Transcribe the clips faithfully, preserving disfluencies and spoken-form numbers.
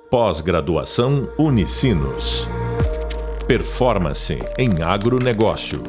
Pós-graduação Unicinos. Performance em agronegócio.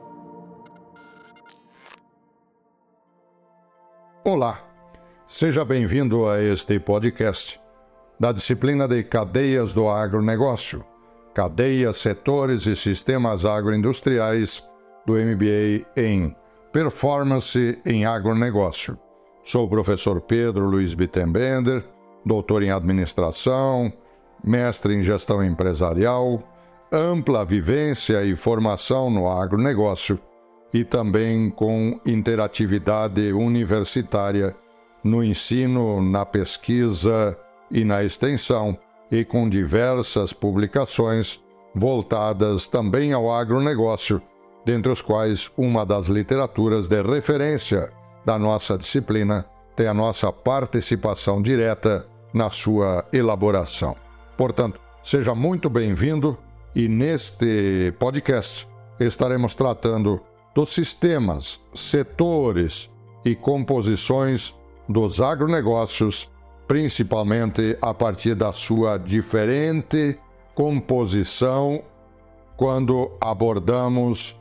Olá, seja bem-vindo a este podcast da disciplina de Cadeias do Agronegócio, Cadeias, Setores e Sistemas Agroindustriais do M B A em Performance em Agronegócio. Sou o professor Pedro Luiz Bittenbender, doutor em Administração, mestre em Gestão Empresarial, ampla vivência e formação no agronegócio e também com interatividade universitária no ensino, na pesquisa e na extensão, e com diversas publicações voltadas também ao agronegócio, dentre os quais uma das literaturas de referência da nossa disciplina tem a nossa participação direta na sua elaboração. Portanto, seja muito bem-vindo e neste podcast estaremos tratando dos sistemas, setores e composições dos agronegócios, principalmente a partir da sua diferente composição quando abordamos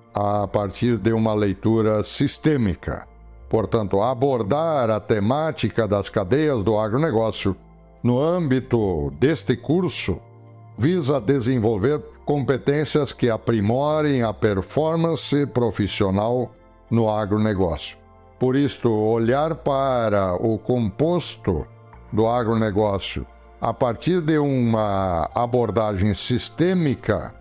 a partir de uma leitura sistêmica. Portanto, abordar a temática das cadeias do agronegócio no âmbito deste curso visa desenvolver competências que aprimorem a performance profissional no agronegócio. Por isto, olhar para o composto do agronegócio a partir de uma abordagem sistêmica,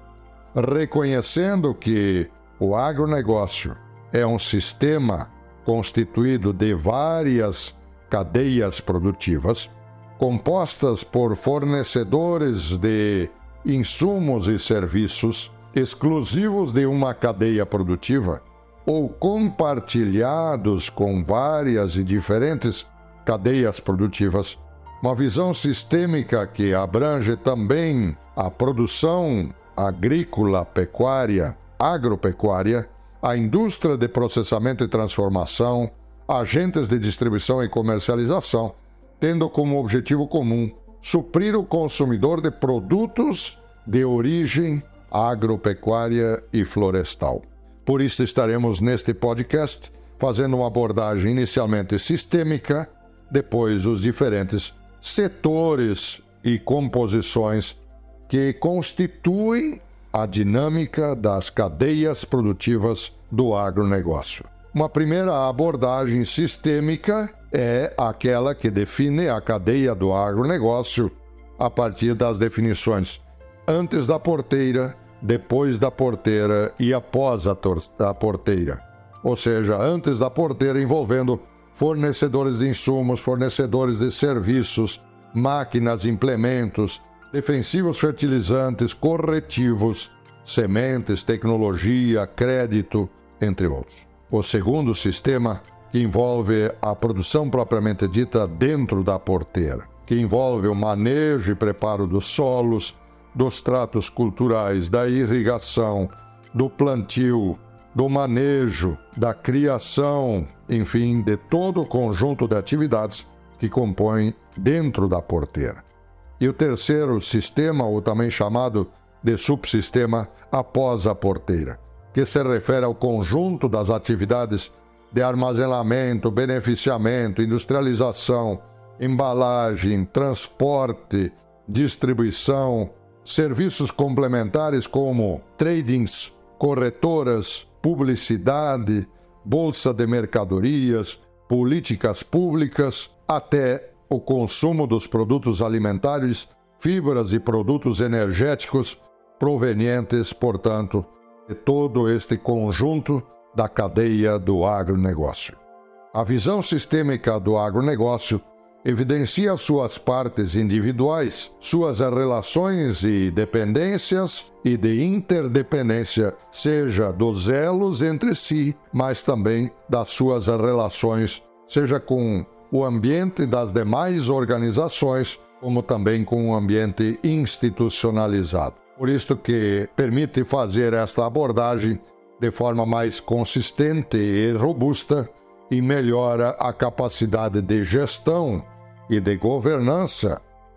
reconhecendo que o agronegócio é um sistema constituído de várias cadeias produtivas, compostas por fornecedores de insumos e serviços exclusivos de uma cadeia produtiva ou compartilhados com várias e diferentes cadeias produtivas, uma visão sistêmica que abrange também a produção agrícola, pecuária, agropecuária, a indústria de processamento e transformação, agentes de distribuição e comercialização, tendo como objetivo comum suprir o consumidor de produtos de origem agropecuária e florestal. Por isso estaremos neste podcast fazendo uma abordagem inicialmente sistêmica, depois os diferentes setores e composições que constituem a dinâmica das cadeias produtivas do agronegócio. Uma primeira abordagem sistêmica é aquela que define a cadeia do agronegócio a partir das definições antes da porteira, depois da porteira e após a, a porteira. Ou seja, antes da porteira envolvendo fornecedores de insumos, fornecedores de serviços, máquinas, implementos, defensivos, fertilizantes, corretivos, sementes, tecnologia, crédito, entre outros. O segundo sistema, que envolve a produção propriamente dita dentro da porteira, que envolve o manejo e preparo dos solos, dos tratos culturais, da irrigação, do plantio, do manejo, da criação, enfim, de todo o conjunto de atividades que compõem dentro da porteira. E o terceiro sistema, ou também chamado de subsistema após a porteira, que se refere ao conjunto das atividades de armazenamento, beneficiamento, industrialização, embalagem, transporte, distribuição, serviços complementares como tradings, corretoras, publicidade, bolsa de mercadorias, políticas públicas, até o consumo dos produtos alimentares, fibras e produtos energéticos provenientes, portanto, de todo este conjunto da cadeia do agronegócio. A visão sistêmica do agronegócio evidencia suas partes individuais, suas relações e dependências e de interdependência, seja dos elos entre si, mas também das suas relações, seja com o ambiente das demais organizações, como também com o ambiente institucionalizado. Por isso que permite fazer esta abordagem de forma mais consistente e robusta e melhora a capacidade de gestão e de governança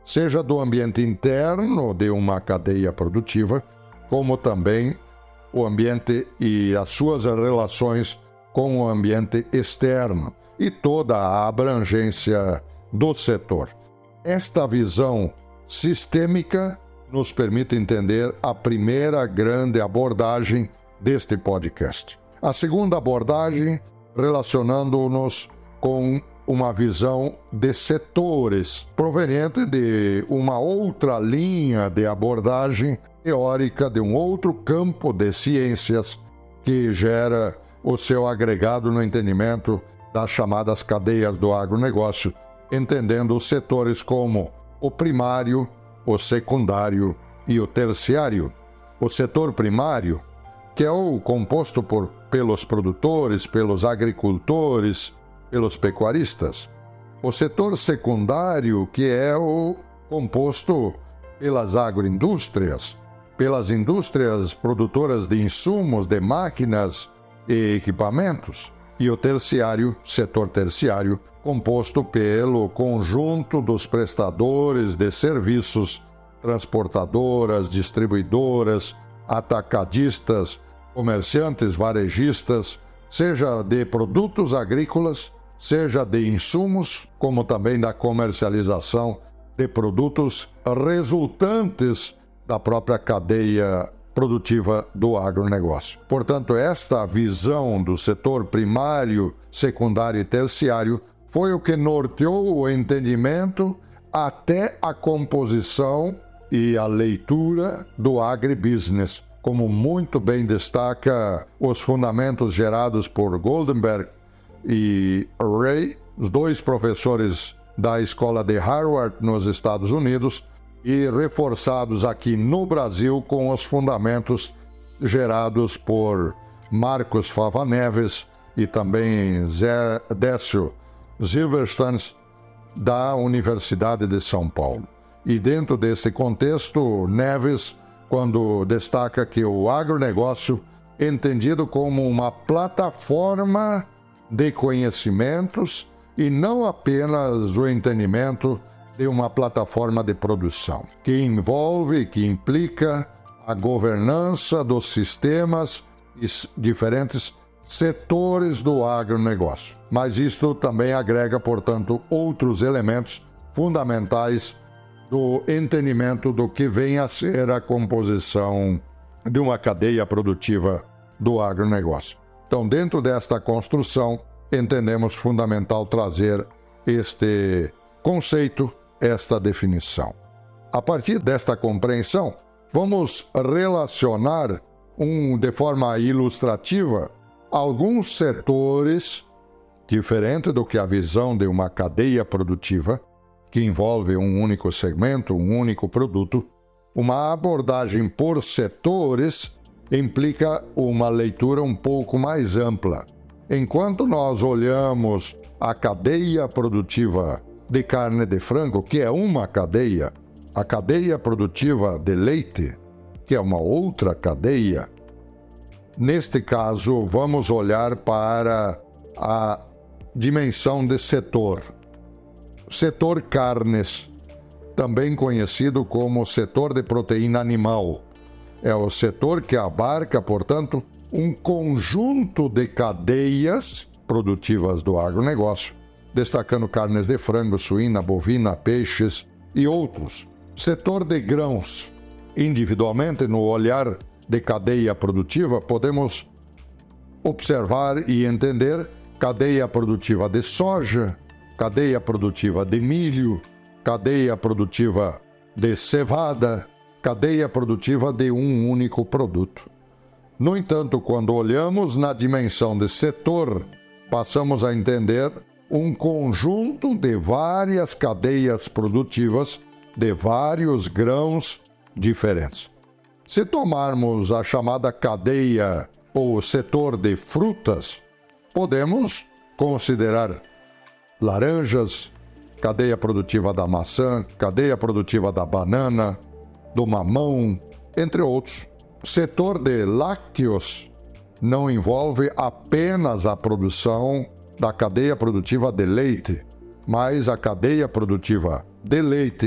seja do ambiente interno de uma cadeia produtiva, como também o ambiente e as suas relações com o ambiente externo e toda a abrangência do setor. Esta visão sistêmica nos permite entender a primeira grande abordagem deste podcast. A segunda abordagem, relacionando-nos com uma visão de setores, proveniente de uma outra linha de abordagem teórica de um outro campo de ciências que gera o seu agregado no entendimento das chamadas cadeias do agronegócio, entendendo os setores como o primário, o secundário e o terciário. O setor primário, que é o composto por, pelos produtores, pelos agricultores, pelos pecuaristas. O setor secundário, que é o composto pelas agroindústrias, pelas indústrias produtoras de insumos, de máquinas e equipamentos. E o terciário, setor terciário, composto pelo conjunto dos prestadores de serviços, transportadoras, distribuidoras, atacadistas, comerciantes, varejistas, seja de produtos agrícolas, seja de insumos, como também da comercialização de produtos resultantes da própria cadeia produtiva do agronegócio. Portanto, esta visão do setor primário, secundário e terciário foi o que norteou o entendimento até a composição e a leitura do agribusiness, como muito bem destaca os fundamentos gerados por Goldenberg e Ray, os dois professores da escola de Harvard nos Estados Unidos, e reforçados aqui no Brasil com os fundamentos gerados por Marcos Fava Neves e também Zé Décio Silverstein, da Universidade de São Paulo. E dentro desse contexto, Neves, quando destaca que o agronegócio, entendido como uma plataforma de conhecimentos e não apenas o entendimento de uma plataforma de produção, que envolve, que implica a governança dos sistemas e diferentes setores do agronegócio. Mas isto também agrega, portanto, outros elementos fundamentais do entendimento do que vem a ser a composição de uma cadeia produtiva do agronegócio. Então, dentro desta construção, entendemos fundamental trazer este conceito, esta definição. A partir desta compreensão, vamos relacionar um, de forma ilustrativa alguns setores, diferente do que a visão de uma cadeia produtiva, que envolve um único segmento, um único produto. Uma abordagem por setores implica uma leitura um pouco mais ampla. Enquanto nós olhamos a cadeia produtiva de carne de frango, que é uma cadeia, a cadeia produtiva de leite, que é uma outra cadeia, neste caso vamos olhar para a dimensão de setor. Setor carnes, também conhecido como setor de proteína animal, é o setor que abarca, portanto, um conjunto de cadeias produtivas do agronegócio, destacando carnes de frango, suína, bovina, peixes e outros. Setor de grãos. Individualmente, no olhar de cadeia produtiva, podemos observar e entender cadeia produtiva de soja, cadeia produtiva de milho, cadeia produtiva de cevada, cadeia produtiva de um único produto. No entanto, quando olhamos na dimensão de setor, passamos a entender um conjunto de várias cadeias produtivas de vários grãos diferentes. Se tomarmos a chamada cadeia ou setor de frutas, podemos considerar laranjas, cadeia produtiva da maçã, cadeia produtiva da banana, do mamão, entre outros. Setor de lácteos não envolve apenas a produção da cadeia produtiva de leite, mas a cadeia produtiva de leite,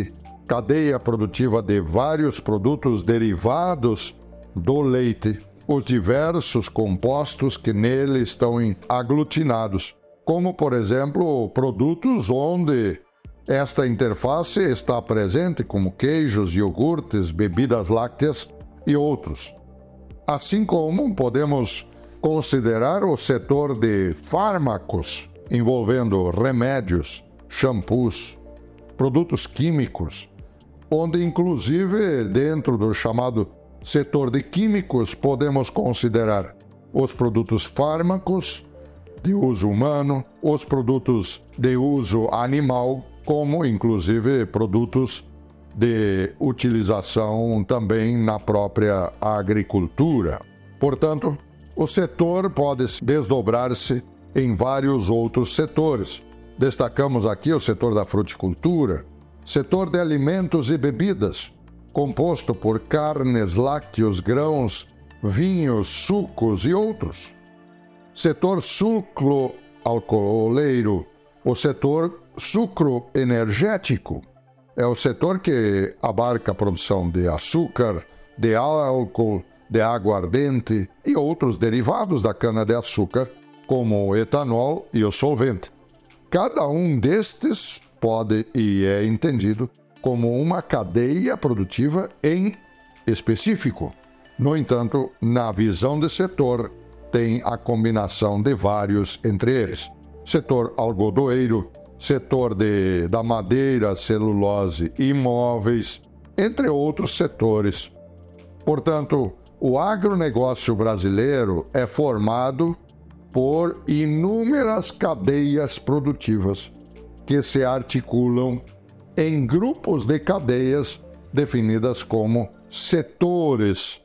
cadeia produtiva de vários produtos derivados do leite, os diversos compostos que nele estão aglutinados, como, por exemplo, produtos onde esta interface está presente, como queijos, iogurtes, bebidas lácteas e outros. Assim como podemos considerar o setor de fármacos, envolvendo remédios, shampoos, produtos químicos, onde inclusive dentro do chamado setor de químicos podemos considerar os produtos fármacos de uso humano, os produtos de uso animal, como inclusive produtos de utilização também na própria agricultura. Portanto, o setor pode desdobrar-se em vários outros setores. Destacamos aqui o setor da fruticultura, setor de alimentos e bebidas, composto por carnes, lácteos, grãos, vinhos, sucos e outros. Setor sucro-alcooleiro, o setor sucroenergético, é o setor que abarca a produção de açúcar, de álcool, de aguardente e outros derivados da cana-de-açúcar, como o etanol e o solvente. Cada um destes pode e é entendido como uma cadeia produtiva em específico. No entanto, na visão de setor, tem a combinação de vários entre eles. Setor algodoeiro, setor de, da madeira, celulose e móveis, entre outros setores. Portanto, o agronegócio brasileiro é formado por inúmeras cadeias produtivas que se articulam em grupos de cadeias definidas como setores,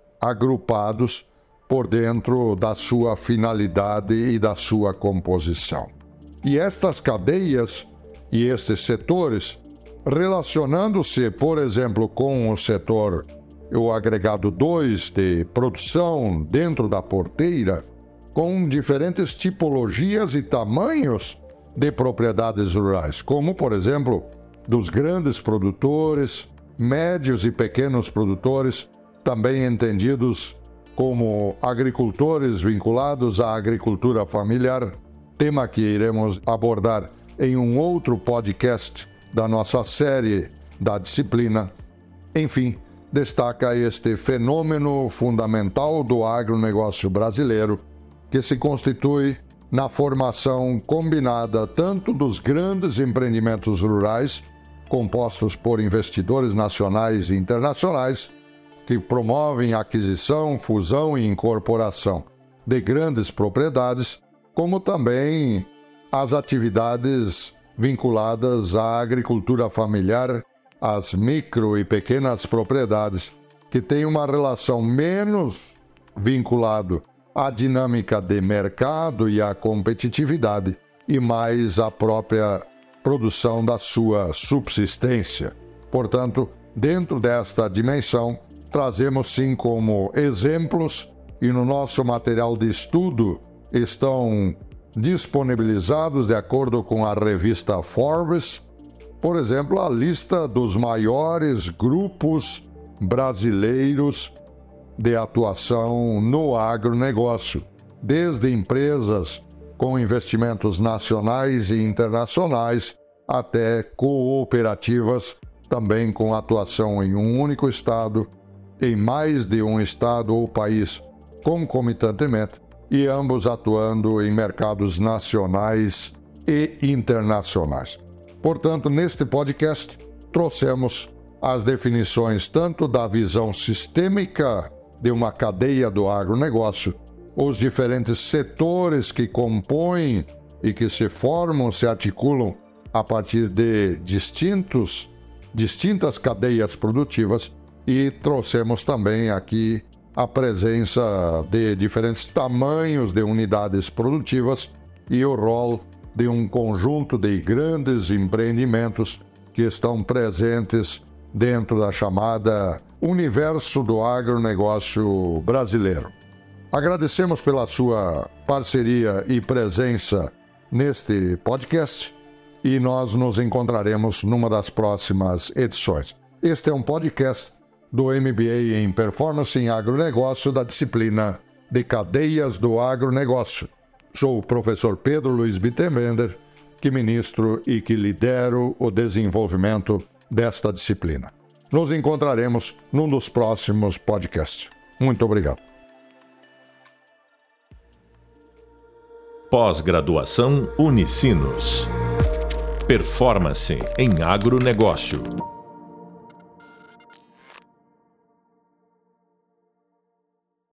agrupados por dentro da sua finalidade e da sua composição. E estas cadeias e estes setores, relacionando-se, por exemplo, com o setor, o agregado dois de produção dentro da porteira, com diferentes tipologias e tamanhos de propriedades rurais, como, por exemplo, dos grandes produtores, médios e pequenos produtores, também entendidos como agricultores vinculados à agricultura familiar, tema que iremos abordar em um outro podcast da nossa série da disciplina. Enfim, destaca este fenômeno fundamental do agronegócio brasileiro, que se constitui na formação combinada tanto dos grandes empreendimentos rurais, compostos por investidores nacionais e internacionais, que promovem a aquisição, fusão e incorporação de grandes propriedades, como também as atividades vinculadas à agricultura familiar, às micro e pequenas propriedades, que têm uma relação menos vinculada à dinâmica de mercado e à competitividade, e mais à própria produção da sua subsistência. Portanto, dentro desta dimensão, trazemos sim como exemplos, e no nosso material de estudo estão disponibilizados de acordo com a revista Forbes, por exemplo, a lista dos maiores grupos brasileiros de atuação no agronegócio, desde empresas com investimentos nacionais e internacionais até cooperativas, também com atuação em um único estado, em mais de um estado ou país concomitantemente, e ambos atuando em mercados nacionais e internacionais. Portanto, neste podcast, trouxemos as definições tanto da visão sistêmica de uma cadeia do agronegócio, os diferentes setores que compõem e que se formam, se articulam a partir de distintos, distintas cadeias produtivas, e trouxemos também aqui a presença de diferentes tamanhos de unidades produtivas e o rol de um conjunto de grandes empreendimentos que estão presentes dentro da chamada universo do agronegócio brasileiro. Agradecemos pela sua parceria e presença neste podcast e nós nos encontraremos numa das próximas edições. Este é um podcast do M B A em Performance em Agronegócio da disciplina de Cadeias do Agronegócio. Sou o professor Pedro Luiz Bittenbender, que ministro e que lidero o desenvolvimento desta disciplina. Nos encontraremos num dos próximos podcasts. Muito obrigado. Pós-graduação Unicinos. Performance em agronegócio.